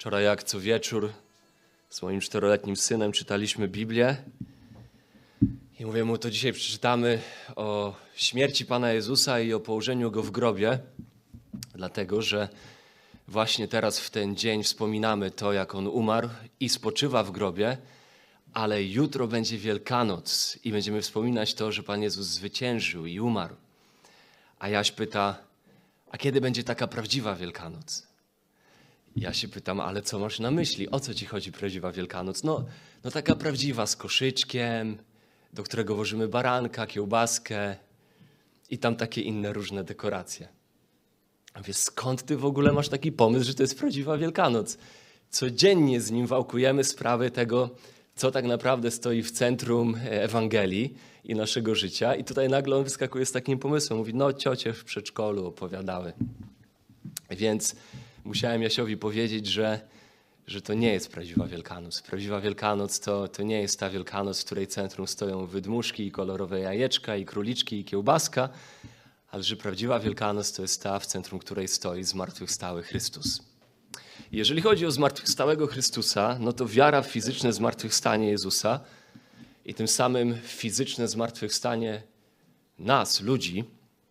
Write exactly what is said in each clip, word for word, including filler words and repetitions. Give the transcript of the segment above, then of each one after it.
Wczoraj jak co wieczór z moim czteroletnim synem czytaliśmy Biblię i mówię mu, to dzisiaj przeczytamy o śmierci Pana Jezusa i o położeniu Go w grobie, dlatego że właśnie teraz w ten dzień wspominamy to, jak On umarł i spoczywa w grobie, ale jutro będzie Wielkanoc i będziemy wspominać to, że Pan Jezus zwyciężył i umarł. A Jaś pyta, a kiedy będzie taka prawdziwa Wielkanoc? Ja się pytam, ale co masz na myśli? O co ci chodzi prawdziwa Wielkanoc? No, no taka prawdziwa z koszyczkiem, do którego włożymy baranka, kiełbaskę i tam takie inne różne dekoracje. A wiesz, skąd ty w ogóle masz taki pomysł, że to jest prawdziwa Wielkanoc? Codziennie z nim wałkujemy sprawy tego, co tak naprawdę stoi w centrum Ewangelii i naszego życia. I tutaj nagle on wyskakuje z takim pomysłem. Mówi, no ciocie w przedszkolu opowiadały. Więc musiałem Jasiowi powiedzieć, że, że to nie jest prawdziwa Wielkanoc. Prawdziwa Wielkanoc to, to nie jest ta Wielkanoc, w której centrum stoją wydmuszki i kolorowe jajeczka i króliczki i kiełbaska, ale że prawdziwa Wielkanoc to jest ta, w centrum której stoi zmartwychwstały Chrystus. Jeżeli chodzi o zmartwychwstałego Chrystusa, no to wiara w fizyczne zmartwychwstanie Jezusa i tym samym fizyczne zmartwychwstanie nas, ludzi,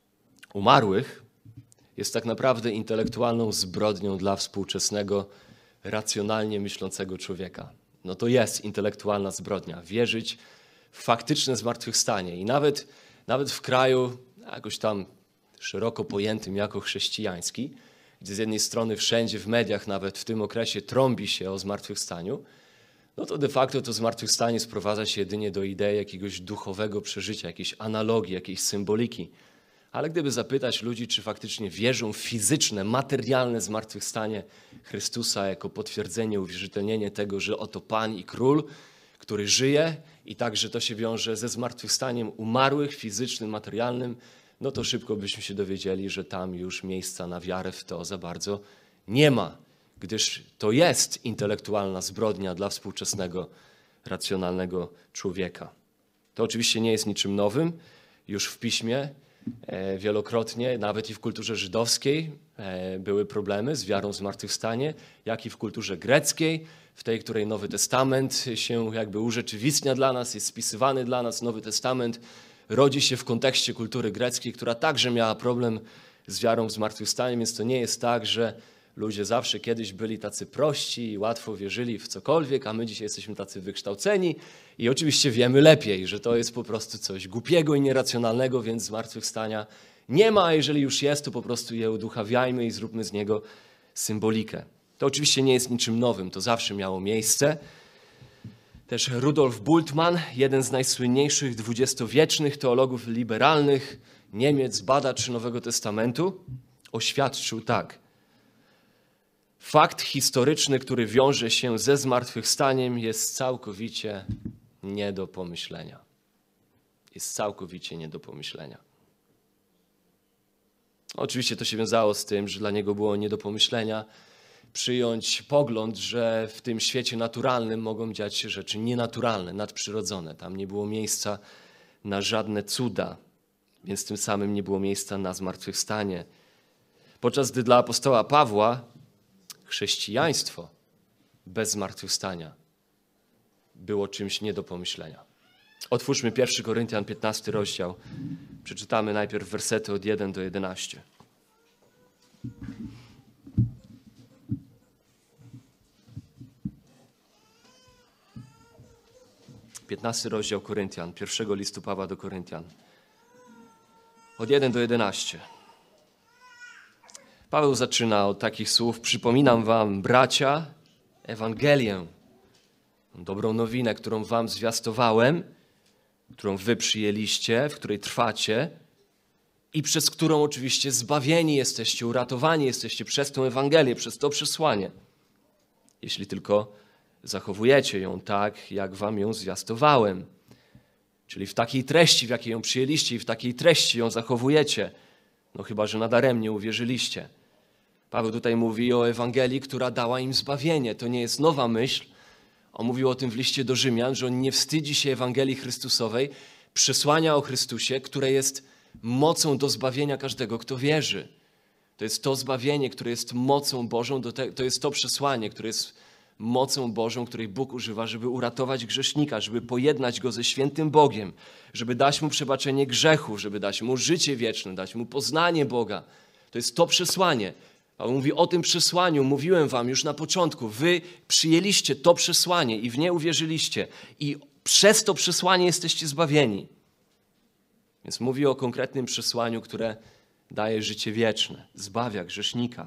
umarłych, jest tak naprawdę intelektualną zbrodnią dla współczesnego, racjonalnie myślącego człowieka. No to jest intelektualna zbrodnia. Wierzyć w faktyczne zmartwychwstanie. I nawet, nawet w kraju jakoś tam szeroko pojętym jako chrześcijański, gdzie z jednej strony wszędzie w mediach, nawet w tym okresie trąbi się o zmartwychwstaniu, no to de facto to zmartwychwstanie sprowadza się jedynie do idei jakiegoś duchowego przeżycia, jakiejś analogii, jakiejś symboliki. Ale gdyby zapytać ludzi, czy faktycznie wierzą w fizyczne, materialne zmartwychwstanie Chrystusa jako potwierdzenie, uwierzytelnienie tego, że oto Pan i Król, który żyje i także to się wiąże ze zmartwychwstaniem umarłych, fizycznym, materialnym, no to szybko byśmy się dowiedzieli, że tam już miejsca na wiarę w to za bardzo nie ma, gdyż to jest intelektualna zbrodnia dla współczesnego, racjonalnego człowieka. To oczywiście nie jest niczym nowym. Już w Piśmie e, wielokrotnie, nawet i w kulturze żydowskiej e, były problemy z wiarą w zmartwychwstanie, jak i w kulturze greckiej, w tej, której Nowy Testament się jakby urzeczywistnia dla nas, jest spisywany dla nas. Nowy Testament rodzi się w kontekście kultury greckiej, która także miała problem z wiarą w zmartwychwstanie, więc to nie jest tak, że ludzie zawsze kiedyś byli tacy prości i łatwo wierzyli w cokolwiek, a my dzisiaj jesteśmy tacy wykształceni i oczywiście wiemy lepiej, że to jest po prostu coś głupiego i nieracjonalnego, więc zmartwychwstania nie ma, a jeżeli już jest, to po prostu je uduchawiajmy i zróbmy z niego symbolikę. To oczywiście nie jest niczym nowym, to zawsze miało miejsce. Też Rudolf Bultmann, jeden z najsłynniejszych dwudziestowiecznych teologów liberalnych Niemiec, badacz Nowego Testamentu, oświadczył tak. Fakt historyczny, który wiąże się ze zmartwychwstaniem, jest całkowicie nie do pomyślenia. Jest całkowicie nie do pomyślenia. Oczywiście to się wiązało z tym, że dla niego było nie do pomyślenia przyjąć pogląd, że w tym świecie naturalnym mogą dziać się rzeczy nienaturalne, nadprzyrodzone. Tam nie było miejsca na żadne cuda, więc tym samym nie było miejsca na zmartwychwstanie. Podczas gdy dla apostoła Pawła chrześcijaństwo bez zmartwychwstania było czymś nie do pomyślenia. Otwórzmy pierwszy Koryntian, piętnasty rozdział. Przeczytamy najpierw wersety od pierwszego do jedenastego. piętnasty rozdział Koryntian, pierwszego listu Pawła do Koryntian. Od pierwszego do jedenastego. Paweł zaczyna od takich słów. Przypominam wam, bracia, Ewangelię, dobrą nowinę, którą wam zwiastowałem, którą wy przyjęliście, w której trwacie i przez którą oczywiście zbawieni jesteście, uratowani jesteście przez tę Ewangelię, przez to przesłanie. Jeśli tylko zachowujecie ją tak, jak wam ją zwiastowałem. Czyli w takiej treści, w jakiej ją przyjęliście i w takiej treści ją zachowujecie. No chyba, że nadaremnie uwierzyliście. Paweł tutaj mówi o Ewangelii, która dała im zbawienie. To nie jest nowa myśl. On mówił o tym w liście do Rzymian, że on nie wstydzi się Ewangelii Chrystusowej, przesłania o Chrystusie, które jest mocą do zbawienia każdego, kto wierzy. To jest to zbawienie, które jest mocą Bożą, to jest to przesłanie, które jest mocą Bożą, której Bóg używa, żeby uratować grzesznika, żeby pojednać go ze świętym Bogiem, żeby dać mu przebaczenie grzechów, żeby dać mu życie wieczne, dać mu poznanie Boga. To jest to przesłanie. Paweł mówi o tym przesłaniu, mówiłem wam już na początku. Wy przyjęliście to przesłanie i w nie uwierzyliście i przez to przesłanie jesteście zbawieni. Więc mówi o konkretnym przesłaniu, które daje życie wieczne, zbawia grzesznika.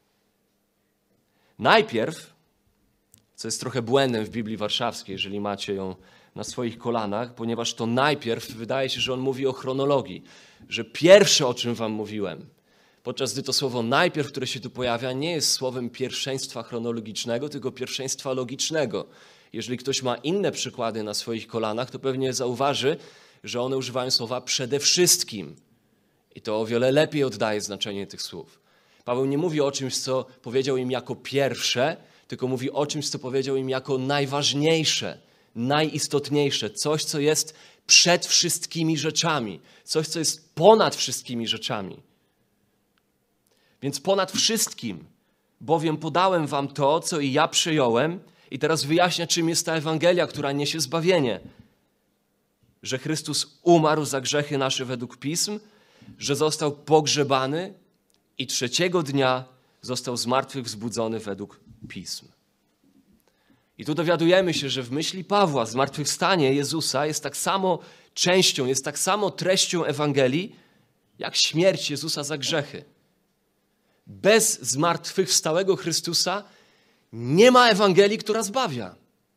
Najpierw, co jest trochę błędem w Biblii Warszawskiej, jeżeli macie ją na swoich kolanach, ponieważ to najpierw wydaje się, że on mówi o chronologii, że pierwsze, o czym wam mówiłem, podczas gdy to słowo najpierw, które się tu pojawia, nie jest słowem pierwszeństwa chronologicznego, tylko pierwszeństwa logicznego. Jeżeli ktoś ma inne przykłady na swoich kolanach, to pewnie zauważy, że one używają słowa przede wszystkim. I to o wiele lepiej oddaje znaczenie tych słów. Paweł nie mówi o czymś, co powiedział im jako pierwsze, tylko mówi o czymś, co powiedział im jako najważniejsze, najistotniejsze. Coś, co jest przed wszystkimi rzeczami. Coś, co jest ponad wszystkimi rzeczami. Więc ponad wszystkim, bowiem podałem wam to, co i ja przyjąłem i teraz wyjaśnia, czym jest ta Ewangelia, która niesie zbawienie. Że Chrystus umarł za grzechy nasze według Pism, że został pogrzebany i trzeciego dnia został z martwych wzbudzony według Pism. I tu dowiadujemy się, że w myśli Pawła zmartwychwstanie Jezusa jest tak samo częścią, jest tak samo treścią Ewangelii, jak śmierć Jezusa za grzechy. Bez zmartwychwstałego Chrystusa nie ma Ewangelii, która zbawia.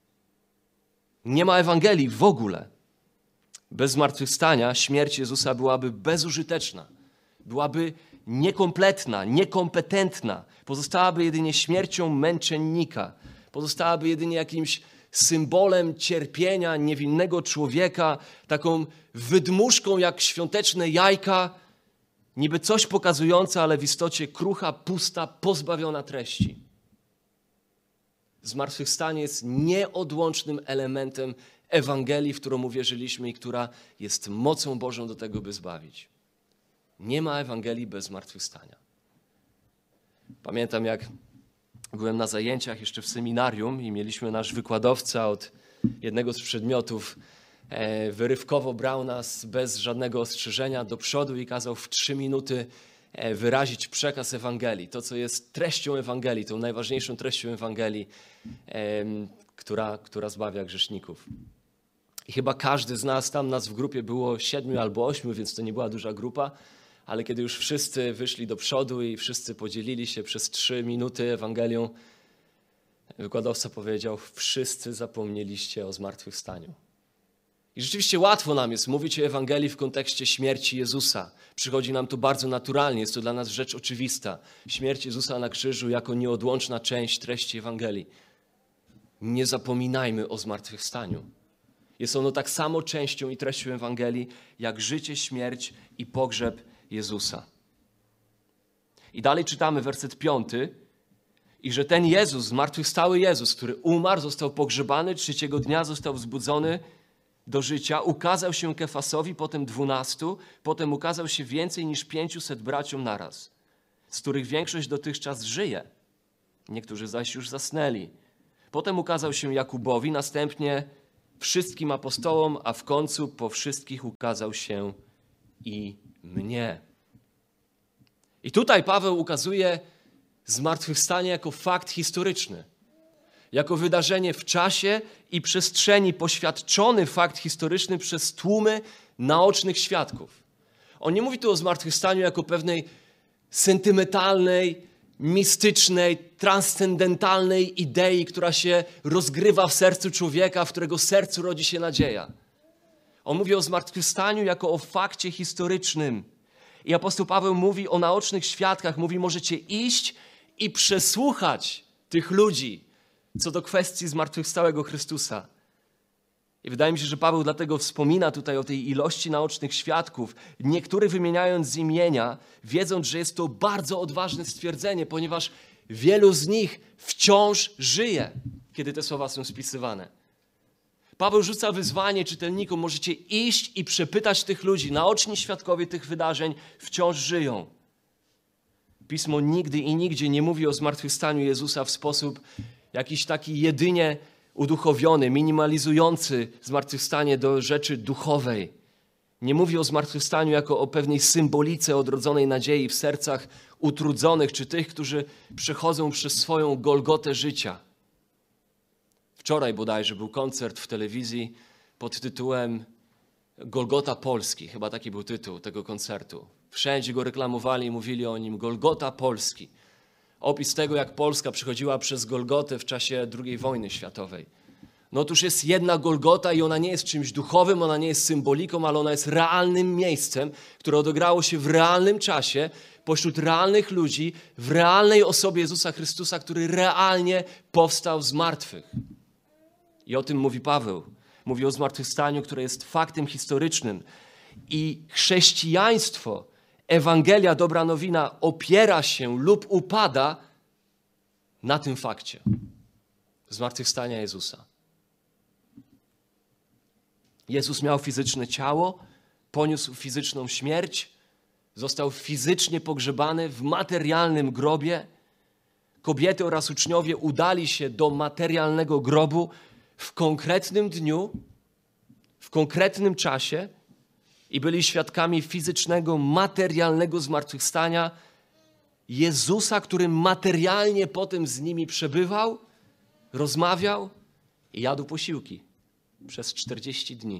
Nie ma Ewangelii w ogóle. Bez zmartwychwstania śmierć Jezusa byłaby bezużyteczna, byłaby niekompletna, niekompetentna, pozostałaby jedynie śmiercią męczennika, pozostałaby jedynie jakimś symbolem cierpienia niewinnego człowieka, taką wydmuszką jak świąteczne jajka, niby coś pokazująca, ale w istocie krucha, pusta, pozbawiona treści. Zmartwychwstanie jest nieodłącznym elementem Ewangelii, w którą uwierzyliśmy i która jest mocą Bożą do tego, by zbawić. Nie ma Ewangelii bez zmartwychwstania. Pamiętam, jak byłem na zajęciach jeszcze w seminarium i mieliśmy nasz wykładowca od jednego z przedmiotów, e, wyrywkowo brał nas bez żadnego ostrzeżenia do przodu i kazał w trzy minuty e, wyrazić przekaz Ewangelii. To, co jest treścią Ewangelii, tą najważniejszą treścią Ewangelii, e, która, która zbawia grzeszników. I chyba każdy z nas, tam nas w grupie było siedmiu albo ośmiu, więc to nie była duża grupa, ale kiedy już wszyscy wyszli do przodu i wszyscy podzielili się przez trzy minuty Ewangelią, wykładowca powiedział: wszyscy zapomnieliście o zmartwychwstaniu. I rzeczywiście łatwo nam jest mówić o Ewangelii w kontekście śmierci Jezusa. Przychodzi nam to bardzo naturalnie, jest to dla nas rzecz oczywista. Śmierć Jezusa na krzyżu jako nieodłączna część treści Ewangelii. Nie zapominajmy o zmartwychwstaniu. Jest ono tak samo częścią i treścią Ewangelii, jak życie, śmierć i pogrzeb Jezusa. I dalej czytamy werset piąty. I że ten Jezus, zmartwychwstały Jezus, który umarł, został pogrzebany, trzeciego dnia został wzbudzony do życia, ukazał się Kefasowi, potem dwunastu, potem ukazał się więcej niż pięciuset braciom naraz, z których większość dotychczas żyje. Niektórzy zaś już zasnęli. Potem ukazał się Jakubowi, następnie wszystkim apostołom, a w końcu po wszystkich ukazał się i mnie. I tutaj Paweł ukazuje zmartwychwstanie jako fakt historyczny, jako wydarzenie w czasie i przestrzeni, poświadczony fakt historyczny przez tłumy naocznych świadków. On nie mówi tu o zmartwychwstaniu jako pewnej sentymentalnej, mistycznej, transcendentalnej idei, która się rozgrywa w sercu człowieka, w którego sercu rodzi się nadzieja. On mówi o zmartwychwstaniu jako o fakcie historycznym. I apostoł Paweł mówi o naocznych świadkach, mówi: możecie iść i przesłuchać tych ludzi co do kwestii zmartwychwstałego Chrystusa. I wydaje mi się, że Paweł dlatego wspomina tutaj o tej ilości naocznych świadków, niektórych wymieniając z imienia, wiedząc, że jest to bardzo odważne stwierdzenie, ponieważ wielu z nich wciąż żyje, kiedy te słowa są spisywane. Paweł rzuca wyzwanie czytelnikom: możecie iść i przepytać tych ludzi, naoczni świadkowie tych wydarzeń wciąż żyją. Pismo nigdy i nigdzie nie mówi o zmartwychwstaniu Jezusa w sposób jakiś taki jedynie uduchowiony, minimalizujący zmartwychwstanie do rzeczy duchowej. Nie mówi o zmartwychwstaniu jako o pewnej symbolice odrodzonej nadziei w sercach utrudzonych, czy tych, którzy przechodzą przez swoją Golgotę życia. Wczoraj bodajże był koncert w telewizji pod tytułem Golgota Polski. Chyba taki był tytuł tego koncertu. Wszędzie go reklamowali i mówili o nim Golgota Polski. Opis tego, jak Polska przechodziła przez Golgotę w czasie drugiej wojny światowej. No otóż jest jedna Golgota i ona nie jest czymś duchowym, ona nie jest symboliką, ale ona jest realnym miejscem, które odegrało się w realnym czasie, pośród realnych ludzi, w realnej osobie Jezusa Chrystusa, który realnie powstał z martwych. I o tym mówi Paweł. Mówi o zmartwychwstaniu, które jest faktem historycznym. I chrześcijaństwo, Ewangelia, dobra nowina opiera się lub upada na tym fakcie zmartwychwstania Jezusa. Jezus miał fizyczne ciało, poniósł fizyczną śmierć, został fizycznie pogrzebany w materialnym grobie. Kobiety oraz uczniowie udali się do materialnego grobu w konkretnym dniu, w konkretnym czasie i byli świadkami fizycznego, materialnego zmartwychwstania Jezusa, który materialnie potem z nimi przebywał, rozmawiał i jadł posiłki przez czterdzieści dni.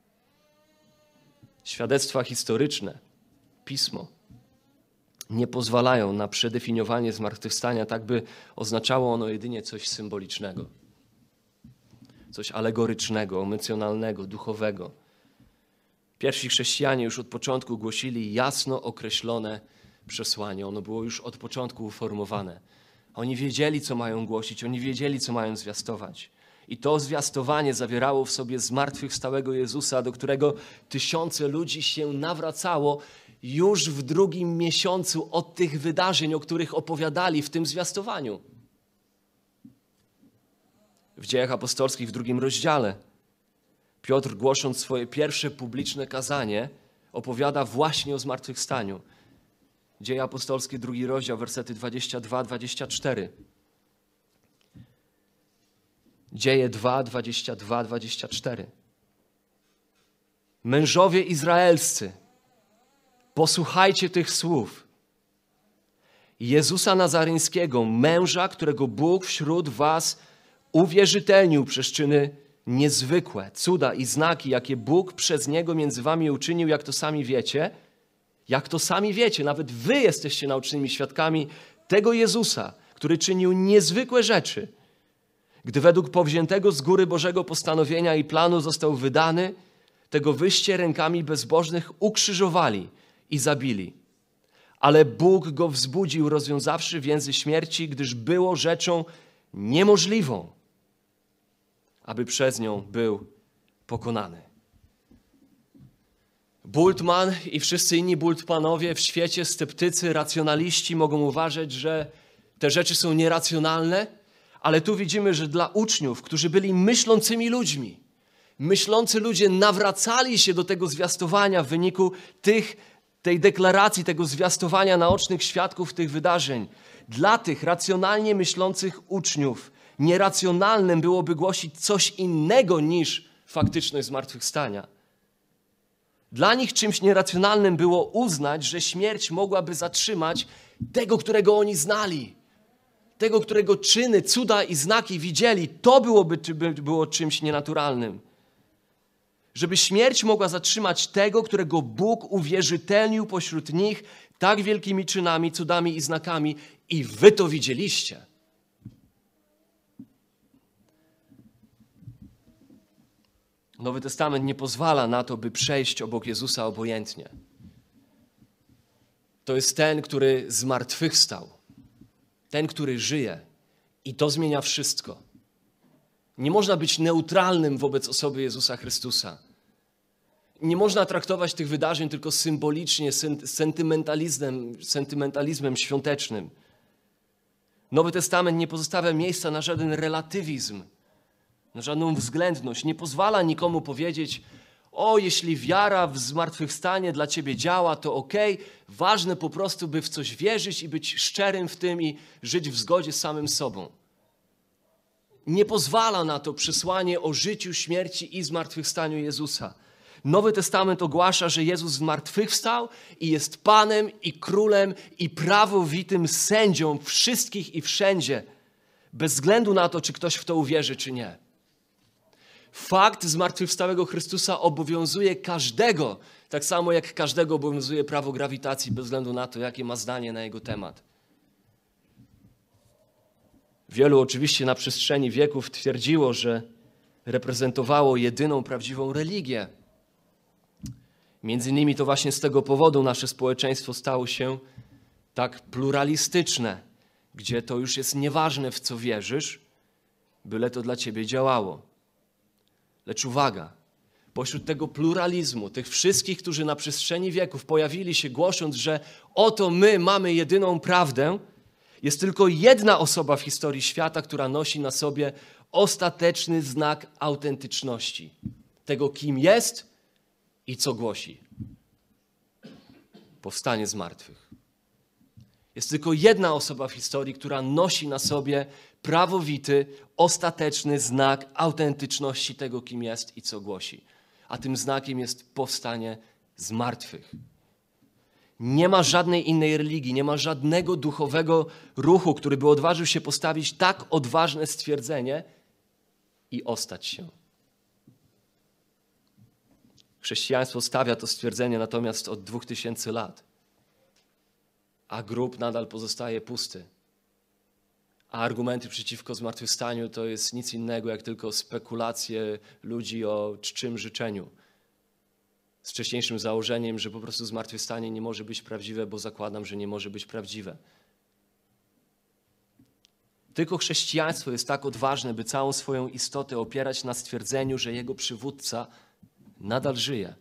Świadectwa historyczne, Pismo, nie pozwalają na przedefiniowanie zmartwychwstania, tak by oznaczało ono jedynie coś symbolicznego, coś alegorycznego, emocjonalnego, duchowego. Pierwsi chrześcijanie już od początku głosili jasno określone przesłanie. Ono było już od początku uformowane. Oni wiedzieli, co mają głosić, oni wiedzieli, co mają zwiastować. I to zwiastowanie zawierało w sobie zmartwychwstałego Jezusa, do którego tysiące ludzi się nawracało już w drugim miesiącu od tych wydarzeń, o których opowiadali w tym zwiastowaniu. W Dziejach Apostolskich w drugim rozdziale Piotr, głosząc swoje pierwsze publiczne kazanie, opowiada właśnie o zmartwychwstaniu. Dzieje Apostolskie, drugi rozdział, wersety dwadzieścia dwa dwadzieścia cztery. Dzieje dwa, dwadzieścia dwa dwadzieścia cztery. Mężowie izraelscy, posłuchajcie tych słów. Jezusa Nazareńskiego, męża, którego Bóg wśród was uwierzytelnił przez czyny niezwykłe, cuda i znaki, jakie Bóg przez Niego między wami uczynił, jak to sami wiecie, jak to sami wiecie, nawet wy jesteście naocznymi świadkami tego Jezusa, który czynił niezwykłe rzeczy, gdy według powziętego z góry Bożego postanowienia i planu został wydany, tego wyście rękami bezbożnych ukrzyżowali i zabili. Ale Bóg go wzbudził, rozwiązawszy więzy śmierci, gdyż było rzeczą niemożliwą, aby przez nią był pokonany. Bultmann i wszyscy inni Bultmannowie w świecie, sceptycy, racjonaliści mogą uważać, że te rzeczy są nieracjonalne, ale tu widzimy, że dla uczniów, którzy byli myślącymi ludźmi, myślący ludzie nawracali się do tego zwiastowania w wyniku tych, tej deklaracji, tego zwiastowania naocznych świadków tych wydarzeń. Dla tych racjonalnie myślących uczniów nieracjonalnym byłoby głosić coś innego niż faktyczność zmartwychwstania. Dla nich czymś nieracjonalnym było uznać, że śmierć mogłaby zatrzymać tego, którego oni znali. Tego, którego czyny, cuda i znaki widzieli. To byłoby było czymś nienaturalnym. Żeby śmierć mogła zatrzymać tego, którego Bóg uwierzytelnił pośród nich tak wielkimi czynami, cudami i znakami. I wy to widzieliście. Nowy Testament nie pozwala na to, by przejść obok Jezusa obojętnie. To jest ten, który zmartwychwstał. Ten, który żyje. I to zmienia wszystko. Nie można być neutralnym wobec osoby Jezusa Chrystusa. Nie można traktować tych wydarzeń tylko symbolicznie, sentymentalizmem, sentymentalizmem świątecznym. Nowy Testament nie pozostawia miejsca na żaden relatywizm, na żadną względność. Nie pozwala nikomu powiedzieć, o, jeśli wiara w zmartwychwstanie dla ciebie działa, to okej. Ważne po prostu, by w coś wierzyć i być szczerym w tym i żyć w zgodzie z samym sobą. Nie pozwala na to przesłanie o życiu, śmierci i zmartwychwstaniu Jezusa. Nowy Testament ogłasza, że Jezus zmartwychwstał i jest Panem i Królem i prawowitym sędzią wszystkich i wszędzie, bez względu na to, czy ktoś w to uwierzy, czy nie. Fakt zmartwychwstałego Chrystusa obowiązuje każdego, tak samo jak każdego obowiązuje prawo grawitacji, bez względu na to, jakie ma zdanie na jego temat. Wielu oczywiście na przestrzeni wieków twierdziło, że reprezentowało jedyną prawdziwą religię. Między innymi to właśnie z tego powodu nasze społeczeństwo stało się tak pluralistyczne, gdzie to już jest nieważne, w co wierzysz, byle to dla ciebie działało. Lecz uwaga, pośród tego pluralizmu, tych wszystkich, którzy na przestrzeni wieków pojawili się głosząc, że oto my mamy jedyną prawdę, jest tylko jedna osoba w historii świata, która nosi na sobie ostateczny znak autentyczności. Tego, kim jest i co głosi. Powstanie z martwych. Jest tylko jedna osoba w historii, która nosi na sobie prawowity, ostateczny znak autentyczności tego, kim jest i co głosi. A tym znakiem jest powstanie z martwych. Nie ma żadnej innej religii, nie ma żadnego duchowego ruchu, który by odważył się postawić tak odważne stwierdzenie i ostać się. Chrześcijaństwo stawia to stwierdzenie natomiast od dwóch tysięcy lat, a grób nadal pozostaje pusty. A argumenty przeciwko zmartwychwstaniu to jest nic innego jak tylko spekulacje ludzi o czczym życzeniu. Z wcześniejszym założeniem, że po prostu zmartwychwstanie nie może być prawdziwe, bo zakładam, że nie może być prawdziwe. Tylko chrześcijaństwo jest tak odważne, by całą swoją istotę opierać na stwierdzeniu, że jego przywódca nadal żyje.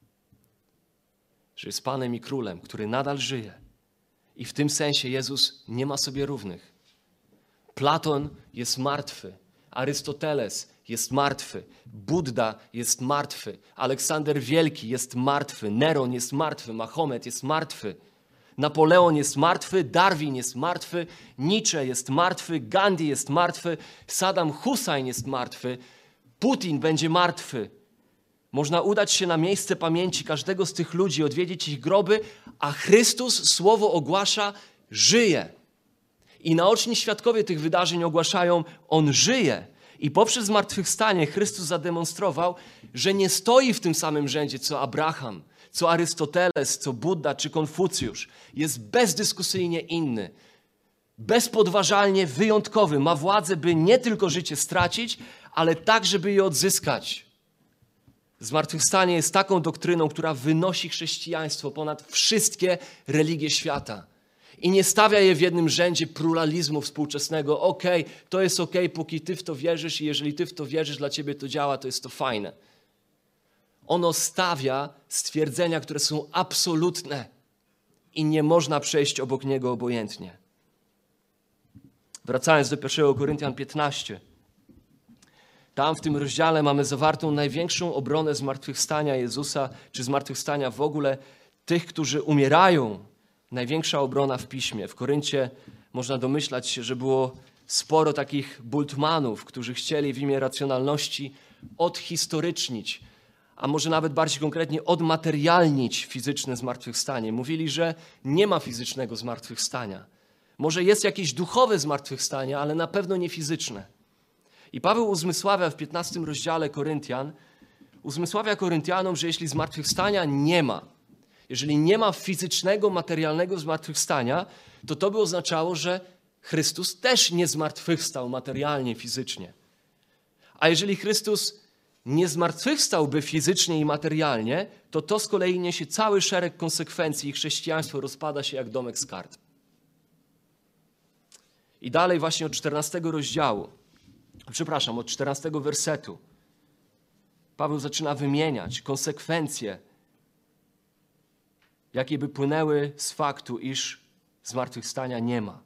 Że jest Panem i Królem, który nadal żyje. I w tym sensie Jezus nie ma sobie równych. Platon jest martwy, Arystoteles jest martwy, Budda jest martwy, Aleksander Wielki jest martwy, Neron jest martwy, Mahomet jest martwy, Napoleon jest martwy, Darwin jest martwy, Nietzsche jest martwy, Gandhi jest martwy, Saddam Hussein jest martwy, Putin będzie martwy. Można udać się na miejsce pamięci każdego z tych ludzi, odwiedzić ich groby, a Chrystus, słowo ogłasza, żyje. I naoczni świadkowie tych wydarzeń ogłaszają, On żyje. I poprzez zmartwychwstanie Chrystus zademonstrował, że nie stoi w tym samym rzędzie co Abraham, co Arystoteles, co Budda czy Konfucjusz. Jest bezdyskusyjnie inny, bezpodważalnie wyjątkowy. Ma władzę, by nie tylko życie stracić, ale tak, żeby je odzyskać. Zmartwychwstanie jest taką doktryną, która wynosi chrześcijaństwo ponad wszystkie religie świata. I nie stawia je w jednym rzędzie pluralizmu współczesnego. Okej, okay, to jest okej, okay, póki ty w to wierzysz i jeżeli ty w to wierzysz, dla ciebie to działa, to jest to fajne. Ono stawia stwierdzenia, które są absolutne i nie można przejść obok niego obojętnie. Wracając do pierwszego Koryntian piętnaście. Tam w tym rozdziale mamy zawartą największą obronę zmartwychwstania Jezusa, czy zmartwychwstania w ogóle tych, którzy umierają. Największa obrona w Piśmie. W Koryncie można domyślać się, że było sporo takich bultmanów, którzy chcieli w imię racjonalności odhistorycznić, a może nawet bardziej konkretnie odmaterialnić fizyczne zmartwychwstanie. Mówili, że nie ma fizycznego zmartwychwstania. Może jest jakieś duchowe zmartwychwstanie, ale na pewno nie fizyczne. I Paweł uzmysławia w piętnastym rozdziale Koryntian, uzmysławia Koryntianom, że jeśli zmartwychwstania nie ma, jeżeli nie ma fizycznego, materialnego zmartwychwstania, to to by oznaczało, że Chrystus też nie zmartwychwstał materialnie, fizycznie. A jeżeli Chrystus nie zmartwychwstałby fizycznie i materialnie, to to z kolei niesie cały szereg konsekwencji i chrześcijaństwo rozpada się jak domek z kart. I dalej właśnie od czternastego rozdziału, przepraszam, od czternastego wersetu, Paweł zaczyna wymieniać konsekwencje, jakie by płynęły z faktu, iż zmartwychwstania nie ma.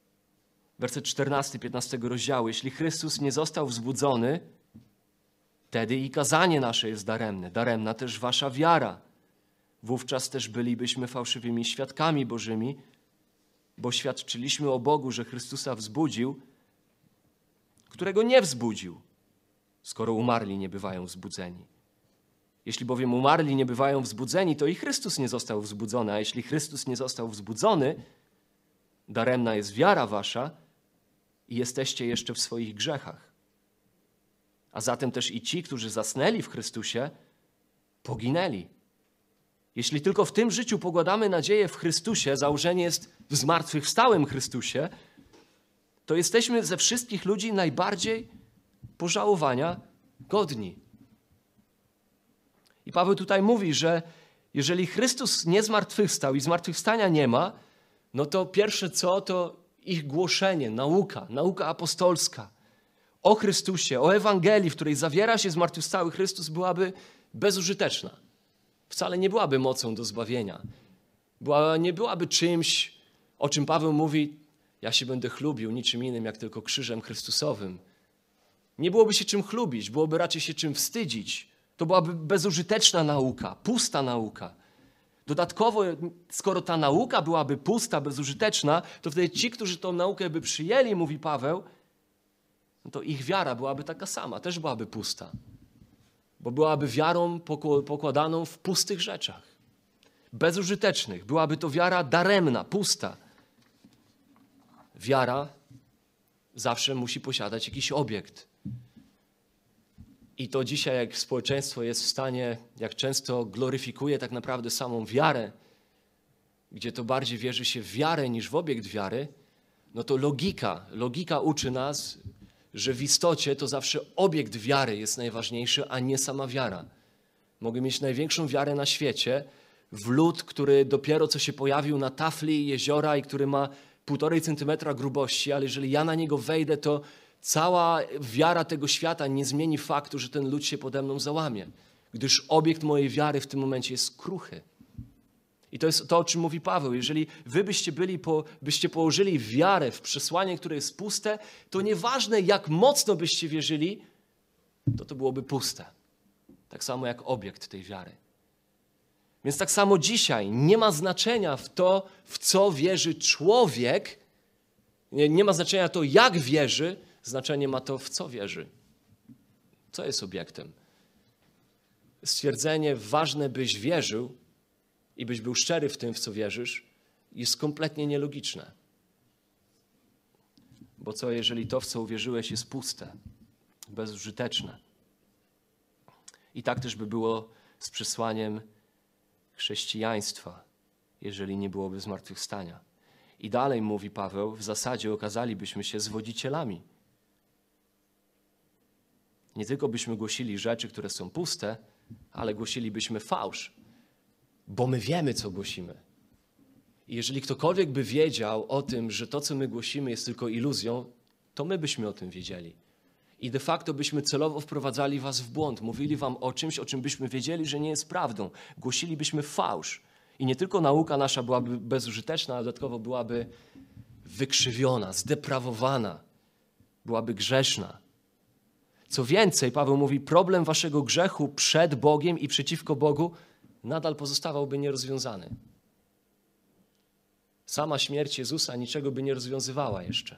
Werset czternasty piętnastego rozdziału. Jeśli Chrystus nie został wzbudzony, wtedy i kazanie nasze jest daremne, daremna też wasza wiara. Wówczas też bylibyśmy fałszywymi świadkami Bożymi, bo świadczyliśmy o Bogu, że Chrystusa wzbudził, którego nie wzbudził, skoro umarli nie bywają wzbudzeni. Jeśli bowiem umarli nie bywają wzbudzeni, to i Chrystus nie został wzbudzony, a jeśli Chrystus nie został wzbudzony, daremna jest wiara wasza i jesteście jeszcze w swoich grzechach. A zatem też i ci, którzy zasnęli w Chrystusie, poginęli. Jeśli tylko w tym życiu pokładamy nadzieję w Chrystusie, założenie jest w zmartwychwstałym Chrystusie, to jesteśmy ze wszystkich ludzi najbardziej pożałowania godni. I Paweł tutaj mówi, że jeżeli Chrystus nie zmartwychwstał i zmartwychwstania nie ma, no to pierwsze co, to ich głoszenie, nauka, nauka apostolska o Chrystusie, o Ewangelii, w której zawiera się zmartwychwstały Chrystus, byłaby bezużyteczna. Wcale nie byłaby mocą do zbawienia. Była, nie byłaby czymś, o czym Paweł mówi, ja się będę chlubił niczym innym, jak tylko krzyżem Chrystusowym. Nie byłoby się czym chlubić, byłoby raczej się czym wstydzić. To byłaby bezużyteczna nauka, pusta nauka. Dodatkowo, skoro ta nauka byłaby pusta, bezużyteczna, to wtedy ci, którzy tą naukę by przyjęli, mówi Paweł, no to ich wiara byłaby taka sama, też byłaby pusta. Bo byłaby wiarą pokładaną w pustych rzeczach, bezużytecznych. Byłaby to wiara daremna, pusta. Wiara zawsze musi posiadać jakiś obiekt. I to dzisiaj, jak społeczeństwo jest w stanie, jak często gloryfikuje tak naprawdę samą wiarę, gdzie to bardziej wierzy się w wiarę niż w obiekt wiary, no to logika, logika uczy nas, że w istocie to zawsze obiekt wiary jest najważniejszy, a nie sama wiara. Mogę mieć największą wiarę na świecie w lód, który dopiero co się pojawił na tafli jeziora i który ma półtorej centymetra grubości, ale jeżeli ja na niego wejdę, to cała wiara tego świata nie zmieni faktu, że ten lód się pode mną załamie, gdyż obiekt mojej wiary w tym momencie jest kruchy. I to jest to, o czym mówi Paweł. Jeżeli wy byście, byli po, byście położyli wiarę w przesłanie, które jest puste, to nieważne jak mocno byście wierzyli, to to byłoby puste. Tak samo jak obiekt tej wiary. Więc tak samo dzisiaj nie ma znaczenia w to, w co wierzy człowiek. Nie, nie ma znaczenia to, jak wierzy, znaczenie ma to, w co wierzy. Co jest obiektem? Stwierdzenie, ważne byś wierzył i byś był szczery w tym, w co wierzysz, jest kompletnie nielogiczne. Bo co, jeżeli to, w co uwierzyłeś, jest puste, bezużyteczne? I tak też by było z przesłaniem chrześcijaństwa, jeżeli nie byłoby zmartwychwstania. I dalej mówi Paweł, w zasadzie okazalibyśmy się zwodzicielami. Nie tylko byśmy głosili rzeczy, które są puste, ale głosilibyśmy fałsz, bo my wiemy, co głosimy. I jeżeli ktokolwiek by wiedział o tym, że to, co my głosimy, jest tylko iluzją, to my byśmy o tym wiedzieli. I de facto byśmy celowo wprowadzali was w błąd. Mówili wam o czymś, o czym byśmy wiedzieli, że nie jest prawdą. Głosilibyśmy fałsz. I nie tylko nauka nasza byłaby bezużyteczna, ale dodatkowo byłaby wykrzywiona, zdeprawowana. Byłaby grzeszna. Co więcej, Paweł mówi, problem waszego grzechu przed Bogiem i przeciwko Bogu nadal pozostawałby nierozwiązany. Sama śmierć Jezusa niczego by nie rozwiązywała jeszcze.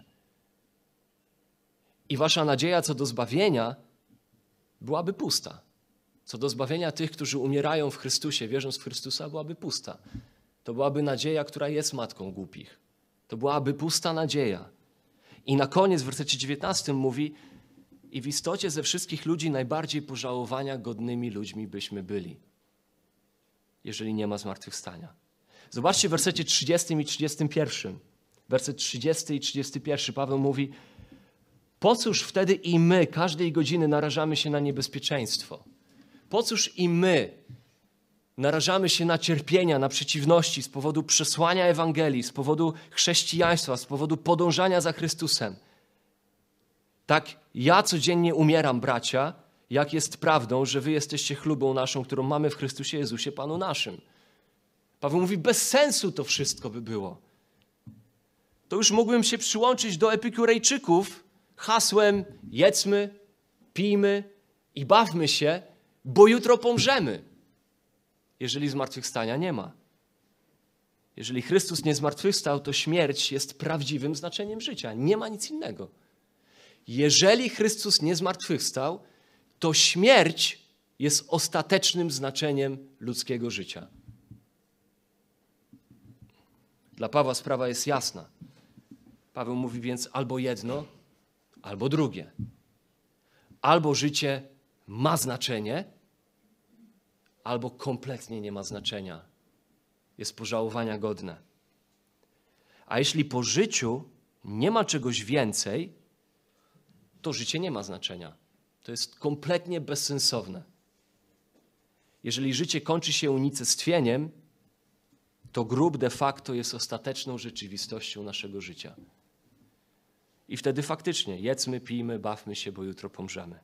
I wasza nadzieja co do zbawienia byłaby pusta. Co do zbawienia tych, którzy umierają w Chrystusie, wierząc w Chrystusa, byłaby pusta. To byłaby nadzieja, która jest matką głupich. To byłaby pusta nadzieja. I na koniec w wersecie dziewiętnastym mówi, i w istocie ze wszystkich ludzi najbardziej pożałowania godnymi ludźmi byśmy byli, jeżeli nie ma zmartwychwstania. Zobaczcie w wersecie trzydziestym i trzydziestym pierwszym. Werset trzydziesty i trzydziesty pierwszy. Paweł mówi, po cóż wtedy i my każdej godziny narażamy się na niebezpieczeństwo? Po cóż i my narażamy się na cierpienia, na przeciwności z powodu przesłania Ewangelii, z powodu chrześcijaństwa, z powodu podążania za Chrystusem? Tak ja codziennie umieram, bracia, jak jest prawdą, że wy jesteście chlubą naszą, którą mamy w Chrystusie Jezusie, Panu naszym. Paweł mówi, bez sensu to wszystko by było. To już mógłbym się przyłączyć do epikurejczyków hasłem jedzmy, pijmy I bawmy się, bo jutro pomrzemy, jeżeli zmartwychwstania nie ma. Jeżeli Chrystus nie zmartwychwstał, to śmierć jest prawdziwym znaczeniem życia. Nie ma nic innego. Jeżeli Chrystus nie zmartwychwstał, to śmierć jest ostatecznym znaczeniem ludzkiego życia. Dla Pawła sprawa jest jasna. Paweł mówi więc albo jedno, albo drugie. Albo życie ma znaczenie, albo kompletnie nie ma znaczenia. Jest pożałowania godne. A jeśli po życiu nie ma czegoś więcej, to życie nie ma znaczenia. To jest kompletnie bezsensowne. Jeżeli życie kończy się unicestwieniem, to grób de facto jest ostateczną rzeczywistością naszego życia. I wtedy faktycznie jedzmy, pijmy, bawmy się, bo jutro pomrzemy.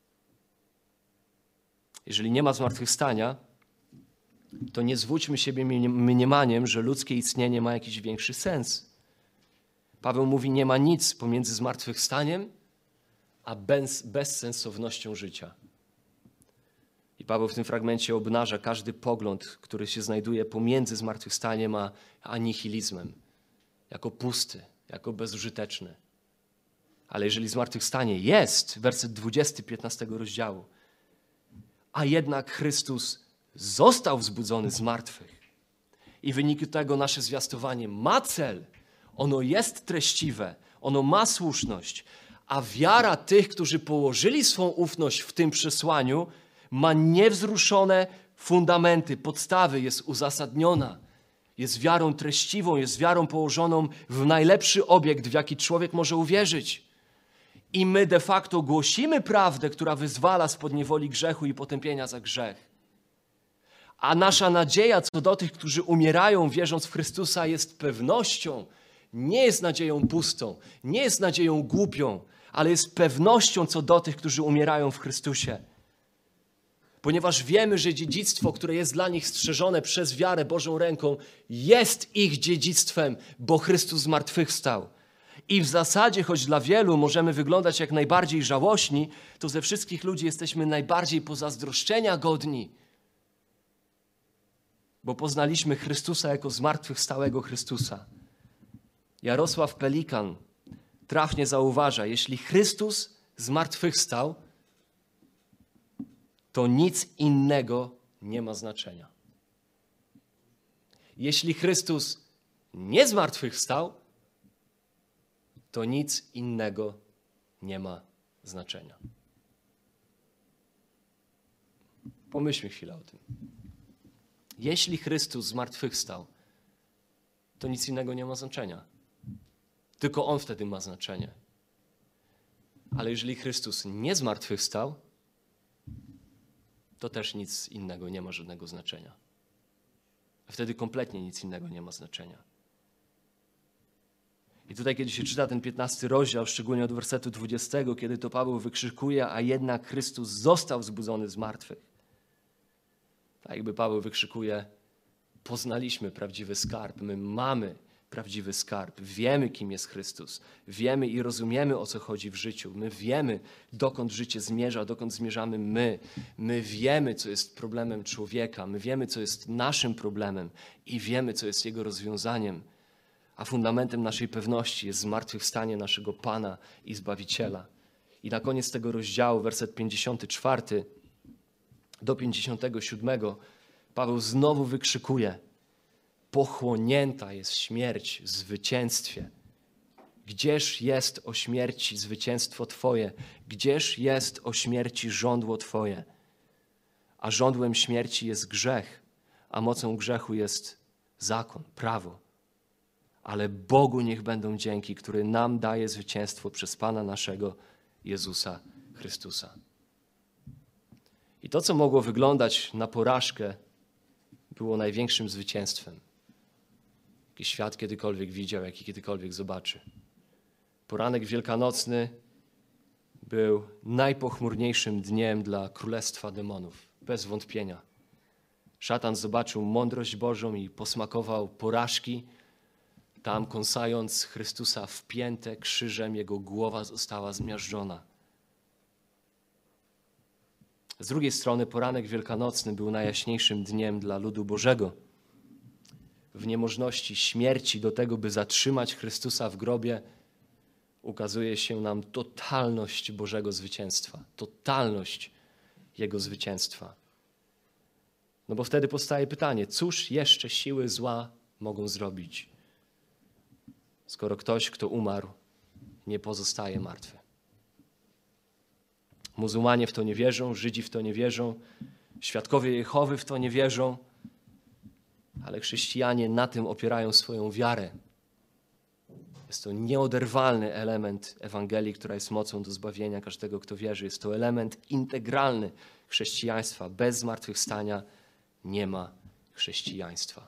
Jeżeli nie ma zmartwychwstania, to nie zwódźmy siebie mniemaniem, że ludzkie istnienie ma jakiś większy sens. Paweł mówi, nie ma nic pomiędzy zmartwychwstaniem a bez, bezsensownością życia. I Paweł w tym fragmencie obnaża każdy pogląd, który się znajduje pomiędzy zmartwychwstaniem a anihilizmem, jako pusty, jako bezużyteczny. Ale jeżeli zmartwychwstanie jest, werset dwudziesty piętnastego rozdziału, a jednak Chrystus został wzbudzony z martwych i w wyniku tego nasze zwiastowanie ma cel, ono jest treściwe, ono ma słuszność, a wiara tych, którzy położyli swą ufność w tym przesłaniu, ma niewzruszone fundamenty, podstawy, jest uzasadniona, jest wiarą treściwą, jest wiarą położoną w najlepszy obiekt, w jaki człowiek może uwierzyć. I my de facto głosimy prawdę, która wyzwala spod niewoli grzechu i potępienia za grzech. A nasza nadzieja co do tych, którzy umierają wierząc w Chrystusa, jest pewnością, nie jest nadzieją pustą, nie jest nadzieją głupią, ale jest pewnością co do tych, którzy umierają w Chrystusie. Ponieważ wiemy, że dziedzictwo, które jest dla nich strzeżone przez wiarę Bożą ręką, jest ich dziedzictwem, bo Chrystus zmartwychwstał. I w zasadzie, choć dla wielu możemy wyglądać jak najbardziej żałośni, to ze wszystkich ludzi jesteśmy najbardziej pozazdroszczenia godni. Bo poznaliśmy Chrystusa jako zmartwychwstałego Chrystusa. Jarosław Pelikan trafnie zauważa, jeśli Chrystus zmartwychwstał, to nic innego nie ma znaczenia. Jeśli Chrystus nie zmartwychwstał, to nic innego nie ma znaczenia. Pomyślmy chwilę o tym. Jeśli Chrystus zmartwychwstał, to nic innego nie ma znaczenia. Tylko On wtedy ma znaczenie. Ale jeżeli Chrystus nie zmartwychwstał, to też nic innego nie ma żadnego znaczenia. A wtedy kompletnie nic innego nie ma znaczenia. I tutaj, kiedy się czyta ten piętnasty rozdział, szczególnie od wersetu dwudziestego, kiedy to Paweł wykrzykuje, a jednak Chrystus został wzbudzony z martwych. Tak jakby Paweł wykrzykuje, poznaliśmy prawdziwy skarb, my mamy prawdziwy skarb, wiemy, kim jest Chrystus, wiemy i rozumiemy, o co chodzi w życiu, my wiemy, dokąd życie zmierza, dokąd zmierzamy my, my wiemy, co jest problemem człowieka, my wiemy, co jest naszym problemem i wiemy, co jest jego rozwiązaniem. A fundamentem naszej pewności jest zmartwychwstanie naszego Pana i Zbawiciela. I na koniec tego rozdziału, werset pięćdziesiąty czwarty do pięćdziesiątego siódmego, Paweł znowu wykrzykuje: pochłonięta jest śmierć w zwycięstwie. Gdzież jest o śmierci zwycięstwo Twoje? Gdzież jest o śmierci żądło Twoje? A żądłem śmierci jest grzech, a mocą grzechu jest zakon, prawo. Ale Bogu niech będą dzięki, który nam daje zwycięstwo przez Pana naszego Jezusa Chrystusa. I to, co mogło wyglądać na porażkę, było największym zwycięstwem, jaki świat kiedykolwiek widział, jaki kiedykolwiek zobaczy. Poranek wielkanocny był najpochmurniejszym dniem dla królestwa demonów, bez wątpienia. Szatan zobaczył mądrość Bożą i posmakował porażki. Tam, kąsając Chrystusa wpięte krzyżem, jego głowa została zmiażdżona. Z drugiej strony poranek wielkanocny był najjaśniejszym dniem dla ludu Bożego. W niemożności śmierci do tego, by zatrzymać Chrystusa w grobie, ukazuje się nam totalność Bożego zwycięstwa. Totalność Jego zwycięstwa. No bo wtedy powstaje pytanie, cóż jeszcze siły zła mogą zrobić, skoro ktoś, kto umarł, nie pozostaje martwy. Muzułmanie w to nie wierzą, Żydzi w to nie wierzą, świadkowie Jehowy w to nie wierzą, ale chrześcijanie na tym opierają swoją wiarę. Jest to nieoderwalny element Ewangelii, która jest mocą do zbawienia każdego, kto wierzy. Jest to element integralny chrześcijaństwa. Bez zmartwychwstania nie ma chrześcijaństwa.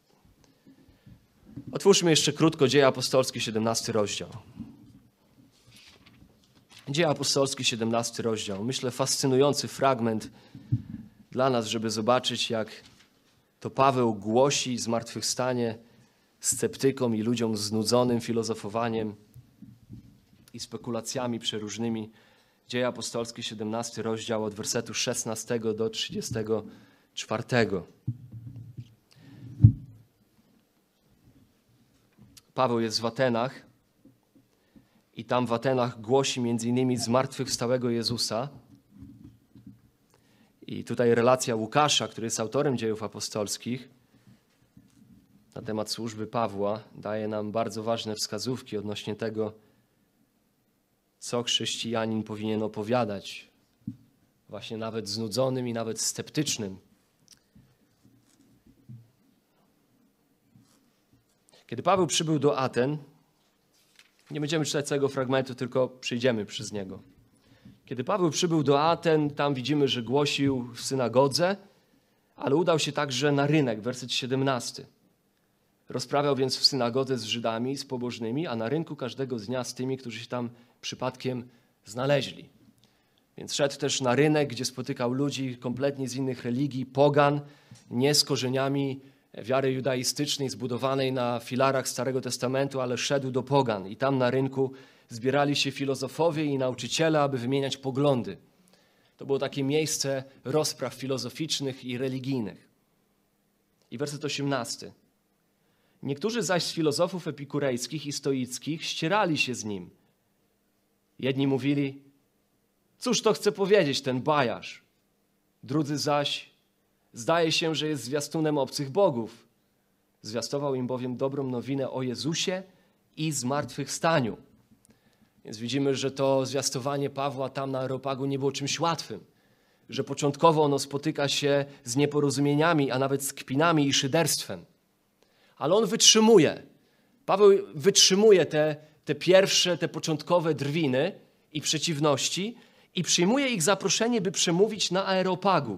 Otwórzmy jeszcze krótko Dzieje Apostolskie, siedemnasty rozdział. Dzieje Apostolskie, siedemnasty rozdział. Myślę, fascynujący fragment dla nas, żeby zobaczyć, jak to Paweł głosi zmartwychwstanie sceptykom i ludziom znudzonym filozofowaniem i spekulacjami przeróżnymi. Dzieje Apostolskie, siedemnasty rozdział, od wersetu szesnastego do trzydziestego czwartego. Paweł jest w Atenach i tam w Atenach głosi między innymi zmartwychwstałego Jezusa. I tutaj relacja Łukasza, który jest autorem Dziejów Apostolskich, na temat służby Pawła, daje nam bardzo ważne wskazówki odnośnie tego, co chrześcijanin powinien opowiadać, właśnie nawet znudzonym i nawet sceptycznym. Kiedy Paweł przybył do Aten, nie będziemy czytać całego fragmentu, tylko przejdziemy przez niego. Kiedy Paweł przybył do Aten, tam widzimy, że głosił w synagodze, ale udał się także na rynek, werset siedemnasty. Rozprawiał więc w synagodze z Żydami, z pobożnymi, a na rynku każdego dnia z tymi, którzy się tam przypadkiem znaleźli. Więc szedł też na rynek, gdzie spotykał ludzi kompletnie z innych religii, pogan, nie z korzeniami wiary judaistycznej zbudowanej na filarach Starego Testamentu, ale szedł do pogan i tam na rynku zbierali się filozofowie i nauczyciele, aby wymieniać poglądy. To było takie miejsce rozpraw filozoficznych i religijnych. I werset osiemnasty. Niektórzy zaś z filozofów epikurejskich i stoickich ścierali się z nim. Jedni mówili, cóż to chce powiedzieć ten bajarz? Drudzy zaś, zdaje się, że jest zwiastunem obcych bogów. Zwiastował im bowiem dobrą nowinę o Jezusie i zmartwychwstaniu. Więc widzimy, że to zwiastowanie Pawła tam na Areopagu nie było czymś łatwym. Że początkowo ono spotyka się z nieporozumieniami, a nawet z kpinami i szyderstwem. Ale on wytrzymuje. Paweł wytrzymuje te, te pierwsze, te początkowe drwiny i przeciwności i przyjmuje ich zaproszenie, by przemówić na Areopagu.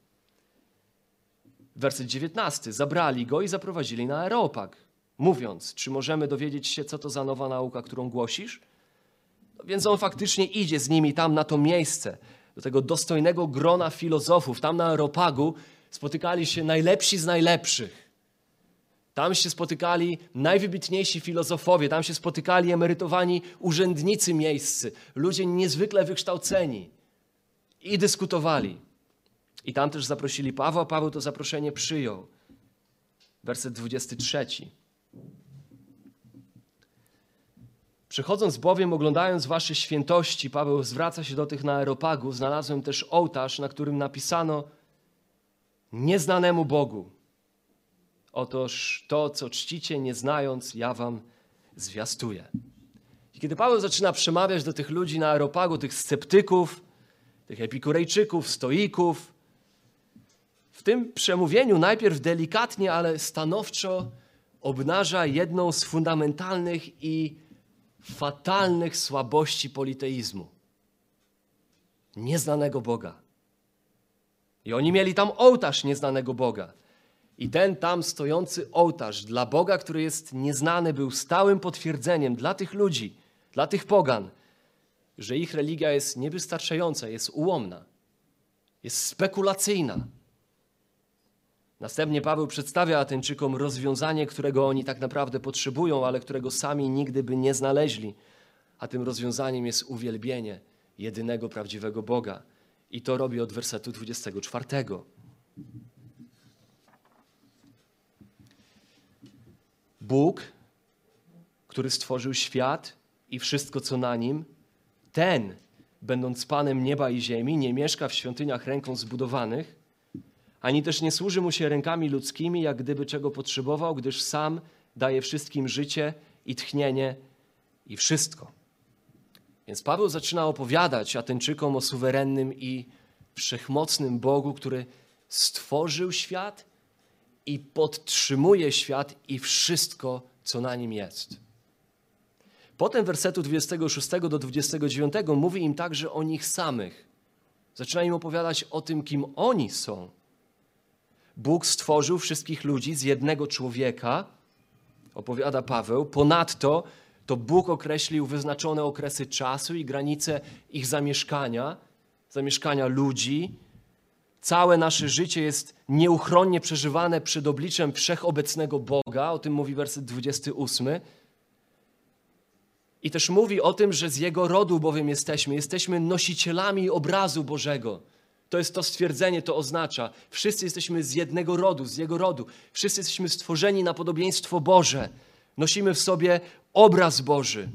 Werset dziewiętnasty. Zabrali go i zaprowadzili na Areopag, mówiąc, czy możemy dowiedzieć się, co to za nowa nauka, którą głosisz? No więc on faktycznie idzie z nimi tam na to miejsce, do tego dostojnego grona filozofów. Tam na Areopagu spotykali się najlepsi z najlepszych. Tam się spotykali najwybitniejsi filozofowie, tam się spotykali emerytowani urzędnicy miejscy, ludzie niezwykle wykształceni i dyskutowali. I tam też zaprosili Pawła, Paweł to zaproszenie przyjął. Werset dwudziesty trzeci. Przychodząc bowiem, oglądając wasze świętości, Paweł zwraca się do tych na Areopagu, znalazłem też ołtarz, na którym napisano nieznanemu Bogu. Otóż to, co czcicie, nie znając, ja wam zwiastuję. I kiedy Paweł zaczyna przemawiać do tych ludzi na Areopagu, tych sceptyków, tych epikurejczyków, stoików, w tym przemówieniu najpierw delikatnie, ale stanowczo obnaża jedną z fundamentalnych i fatalnych słabości politeizmu. Nieznanego Boga. I oni mieli tam ołtarz nieznanego Boga. I ten tam stojący ołtarz dla Boga, który jest nieznany, był stałym potwierdzeniem dla tych ludzi, dla tych pogan, że ich religia jest niewystarczająca, jest ułomna, jest spekulacyjna. Następnie Paweł przedstawia Ateńczykom rozwiązanie, którego oni tak naprawdę potrzebują, ale którego sami nigdy by nie znaleźli. A tym rozwiązaniem jest uwielbienie jedynego prawdziwego Boga I to robi od wersetu dwudziestego czwartego. Bóg, który stworzył świat i wszystko, co na nim, ten, będąc Panem nieba i ziemi, nie mieszka w świątyniach ręką zbudowanych, ani też nie służy mu się rękami ludzkimi, jak gdyby czego potrzebował, gdyż sam daje wszystkim życie i tchnienie i wszystko. Więc Paweł zaczyna opowiadać Ateńczykom o suwerennym i wszechmocnym Bogu, który stworzył świat i podtrzymuje świat i wszystko, co na nim jest. Potem wersetu dwudziestego szóstego do dwudziestego dziewiątego mówi im także o nich samych. Zaczyna im opowiadać o tym, kim oni są. Bóg stworzył wszystkich ludzi z jednego człowieka, opowiada Paweł. Ponadto to Bóg określił wyznaczone okresy czasu i granice ich zamieszkania, zamieszkania ludzi. Całe nasze życie jest nieuchronnie przeżywane przed obliczem wszechobecnego Boga. O tym mówi werset dwudziesty ósmy. I też mówi o tym, że z Jego rodu bowiem jesteśmy. Jesteśmy nosicielami obrazu Bożego. To jest to stwierdzenie, to oznacza. Wszyscy jesteśmy z jednego rodu, z Jego rodu. Wszyscy jesteśmy stworzeni na podobieństwo Boże. Nosimy w sobie obraz Boży.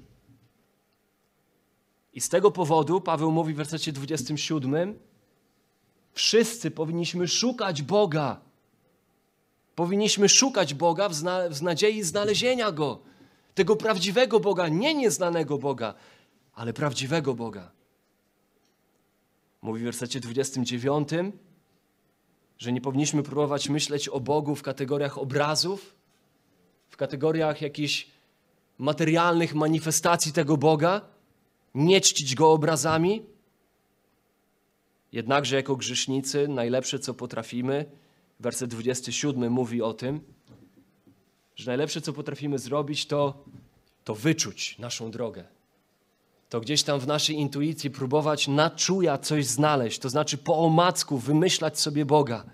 I z tego powodu Paweł mówi w wersecie dwudziestym siódmym, wszyscy powinniśmy szukać Boga. Powinniśmy szukać Boga w, zna- w nadziei znalezienia Go. Tego prawdziwego Boga, nie nieznanego Boga, ale prawdziwego Boga. Mówi w wersecie dwudziestym dziewiątym, że nie powinniśmy próbować myśleć o Bogu w kategoriach obrazów, w kategoriach jakichś materialnych manifestacji tego Boga, nie czcić Go obrazami. Jednakże jako grzesznicy najlepsze, co potrafimy, werset dwudziesty siódmy mówi o tym, że najlepsze, co potrafimy zrobić, to, to wyczuć naszą drogę. To gdzieś tam w naszej intuicji próbować na czuja coś znaleźć, to znaczy po omacku wymyślać sobie Boga.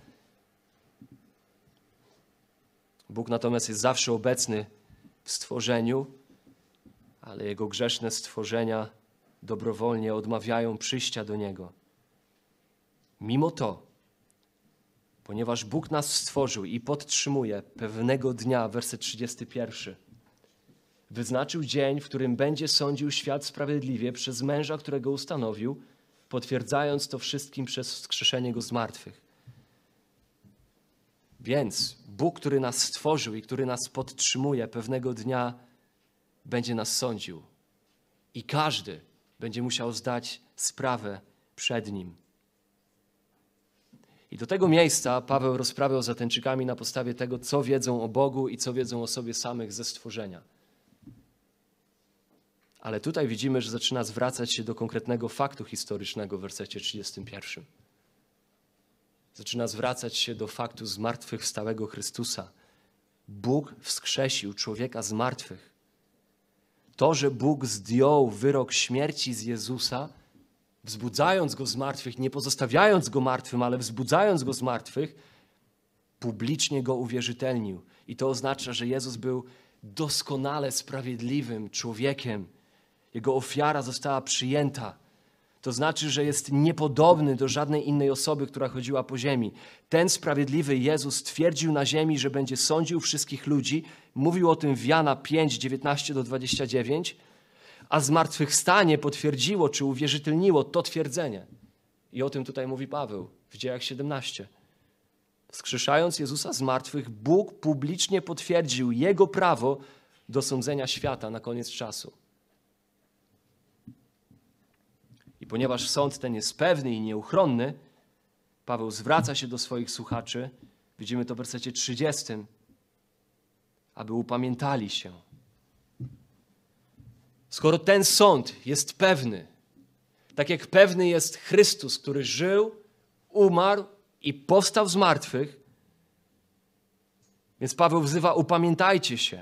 Bóg natomiast jest zawsze obecny w stworzeniu, ale Jego grzeszne stworzenia dobrowolnie odmawiają przyjścia do Niego. Mimo to, ponieważ Bóg nas stworzył i podtrzymuje, pewnego dnia, werset trzydziesty pierwszy, wyznaczył dzień, w którym będzie sądził świat sprawiedliwie przez męża, którego ustanowił, potwierdzając to wszystkim przez wskrzeszenie Go z martwych. Więc Bóg, który nas stworzył i który nas podtrzymuje, pewnego dnia będzie nas sądził. I każdy będzie musiał zdać sprawę przed Nim. I do tego miejsca Paweł rozprawiał z Ateńczykami na podstawie tego, co wiedzą o Bogu i co wiedzą o sobie samych ze stworzenia. Ale tutaj widzimy, że zaczyna zwracać się do konkretnego faktu historycznego w wersecie trzydziestym pierwszym. Zaczyna zwracać się do faktu zmartwychwstałego Chrystusa. Bóg wskrzesił człowieka z martwych. To, że Bóg zdjął wyrok śmierci z Jezusa, wzbudzając Go z martwych, nie pozostawiając Go martwym, ale wzbudzając Go z martwych, publicznie Go uwierzytelnił. I to oznacza, że Jezus był doskonale sprawiedliwym człowiekiem. Jego ofiara została przyjęta. To znaczy, że jest niepodobny do żadnej innej osoby, która chodziła po ziemi. Ten sprawiedliwy Jezus twierdził na ziemi, że będzie sądził wszystkich ludzi. Mówił o tym w Jana pięć, dziewiętnaście do dwudziestego dziewiątego, a zmartwychwstanie potwierdziło czy uwierzytelniło to twierdzenie. I o tym tutaj mówi Paweł w Dziejach siedemnastym. Wskrzeszając Jezusa z martwych, Bóg publicznie potwierdził Jego prawo do sądzenia świata na koniec czasu. I ponieważ sąd ten jest pewny i nieuchronny, Paweł zwraca się do swoich słuchaczy, widzimy to w wersecie trzydziestym, aby upamiętali się. Skoro ten sąd jest pewny, tak jak pewny jest Chrystus, który żył, umarł i powstał z martwych, więc Paweł wzywa, upamiętajcie się.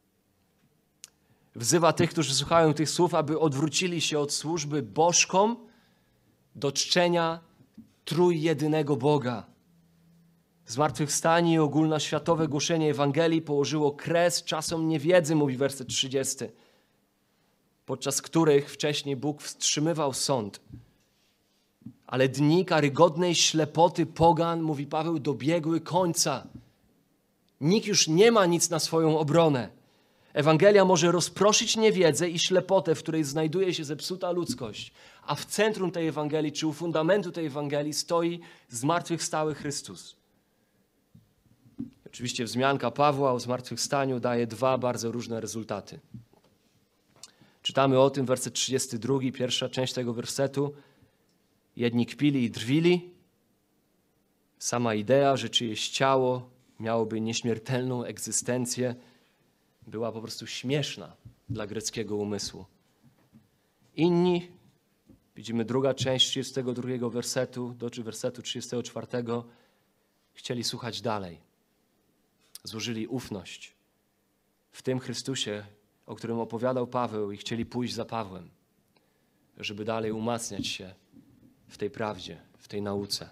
Wzywa tych, którzy słuchają tych słów, aby odwrócili się od służby bożkom do czczenia trójjedynego Boga. Zmartwychwstanie i ogólnoświatowe głoszenie Ewangelii położyło kres czasom niewiedzy, mówi werset trzydziesty, podczas których wcześniej Bóg wstrzymywał sąd, Ale dni karygodnej ślepoty pogan, mówi Paweł, dobiegły końca. Nikt już nie ma nic na swoją obronę. Ewangelia może rozproszyć niewiedzę i ślepotę, w której znajduje się zepsuta ludzkość, a w centrum tej Ewangelii, czy u fundamentu tej Ewangelii stoi zmartwychwstały Chrystus. Oczywiście wzmianka Pawła o zmartwychwstaniu daje dwa bardzo różne rezultaty. Czytamy o tym, werset trzydziesty drugi, pierwsza część tego wersetu. Jedni kpili i drwili. Sama idea, że czyjeś ciało miałoby nieśmiertelną egzystencję, była po prostu śmieszna dla greckiego umysłu. Inni, widzimy druga część trzydziestego drugiego wersetu, do wersetu trzydziestego czwartego, chcieli słuchać dalej. Złożyli ufność w tym Chrystusie, o którym opowiadał Paweł, i chcieli pójść za Pawłem, żeby dalej umacniać się w tej prawdzie, w tej nauce.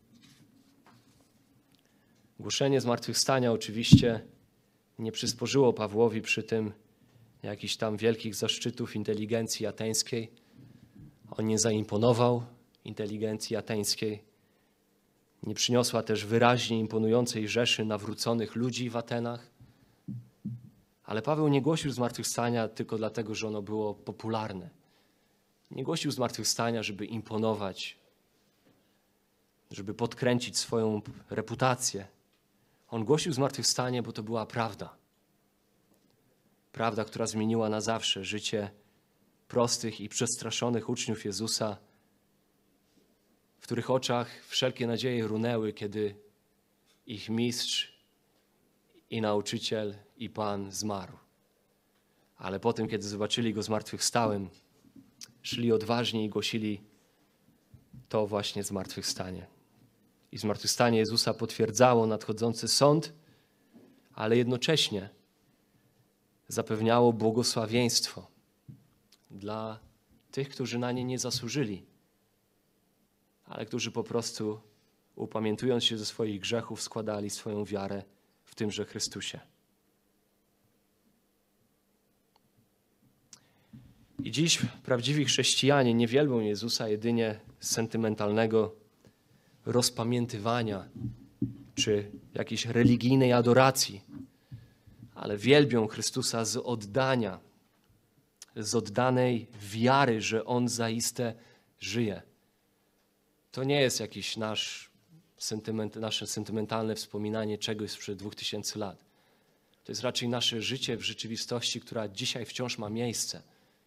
Głoszenie zmartwychwstania oczywiście nie przysporzyło Pawłowi przy tym jakichś tam wielkich zaszczytów inteligencji ateńskiej. On nie zaimponował inteligencji ateńskiej. Nie przyniosła też wyraźnie imponującej rzeszy nawróconych ludzi w Atenach. Ale Paweł nie głosił zmartwychwstania tylko dlatego, że ono było popularne. Nie głosił zmartwychwstania, żeby imponować, żeby podkręcić swoją reputację. On głosił zmartwychwstanie, bo to była prawda. Prawda, która zmieniła na zawsze życie prostych i przestraszonych uczniów Jezusa, w których oczach wszelkie nadzieje runęły, kiedy ich mistrz i nauczyciel i Pan zmarł. Ale potem, kiedy zobaczyli Go zmartwychwstałym, szli odważnie i głosili to właśnie zmartwychwstanie. I zmartwychwstanie Jezusa potwierdzało nadchodzący sąd, ale jednocześnie zapewniało błogosławieństwo dla tych, którzy na nie nie zasłużyli, ale którzy po prostu, upamiętując się ze swoich grzechów, składali swoją wiarę w tymże Chrystusie. I dziś prawdziwi chrześcijanie nie wielbią Jezusa jedynie z sentymentalnego rozpamiętywania czy jakiejś religijnej adoracji, ale wielbią Chrystusa z oddania, z oddanej wiary, że On zaiste żyje. To nie jest jakiś nasz sentyment, nasze sentymentalne wspominanie czegoś sprzed dwóch tysięcy lat. To jest raczej nasze życie w rzeczywistości, która dzisiaj wciąż ma miejsce.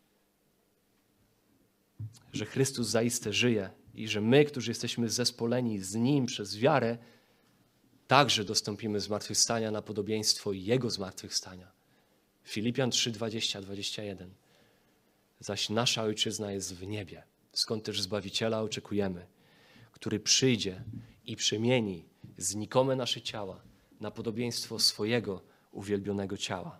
Że Chrystus zaiste żyje i że my, którzy jesteśmy zespoleni z Nim przez wiarę, także dostąpimy zmartwychwstania na podobieństwo Jego zmartwychwstania. Filipian trzy, dwadzieścia, dwadzieścia jeden. Zaś nasza Ojczyzna jest w niebie, skąd też Zbawiciela oczekujemy, który przyjdzie i przemieni znikome nasze ciała na podobieństwo swojego uwielbionego ciała.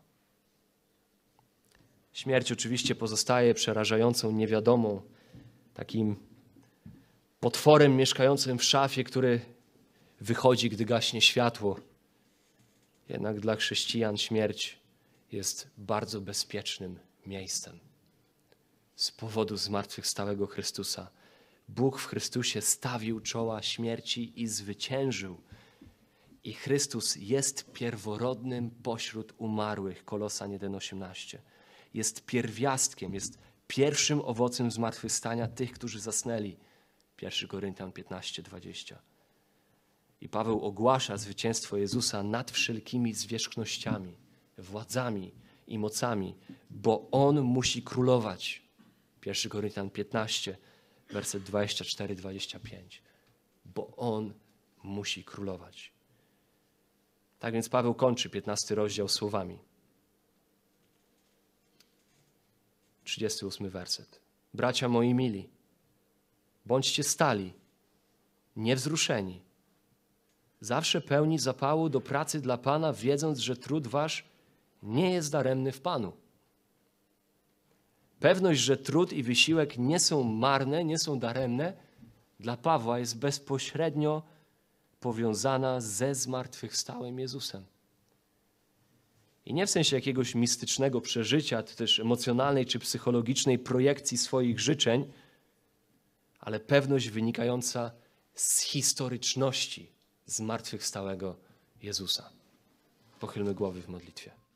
Śmierć oczywiście pozostaje przerażającą niewiadomą, takim potworem mieszkającym w szafie, który wychodzi, gdy gaśnie światło. Jednak dla chrześcijan śmierć jest bardzo bezpiecznym miejscem. Z powodu zmartwychwstałego Chrystusa. Bóg w Chrystusie stawił czoła śmierci i zwyciężył. I Chrystus jest pierworodnym pośród umarłych. Kolosan jeden, osiemnaście. Jest pierwiastkiem, jest pierwszym owocem zmartwychwstania tych, którzy zasnęli. pierwszy Koryntian piętnaście, dwadzieścia. I Paweł ogłasza zwycięstwo Jezusa nad wszelkimi zwierzchnościami, władzami i mocami, bo On musi królować. pierwszy Koryntian piętnaście, werset dwadzieścia cztery, dwadzieścia pięć. Bo On musi królować. Tak więc Paweł kończy piętnasty rozdział słowami. trzydziesty ósmy werset. Bracia moi mili, bądźcie stali, niewzruszeni, zawsze pełni zapału do pracy dla Pana, wiedząc, że trud wasz nie jest daremny w Panu. Pewność, że trud i wysiłek nie są marne, nie są daremne, dla Pawła jest bezpośrednio powiązana ze zmartwychwstałym Jezusem. I nie w sensie jakiegoś mistycznego przeżycia, czy też emocjonalnej czy psychologicznej projekcji swoich życzeń, ale pewność wynikająca z historyczności zmartwychwstałego Jezusa. Pochylmy głowy w modlitwie.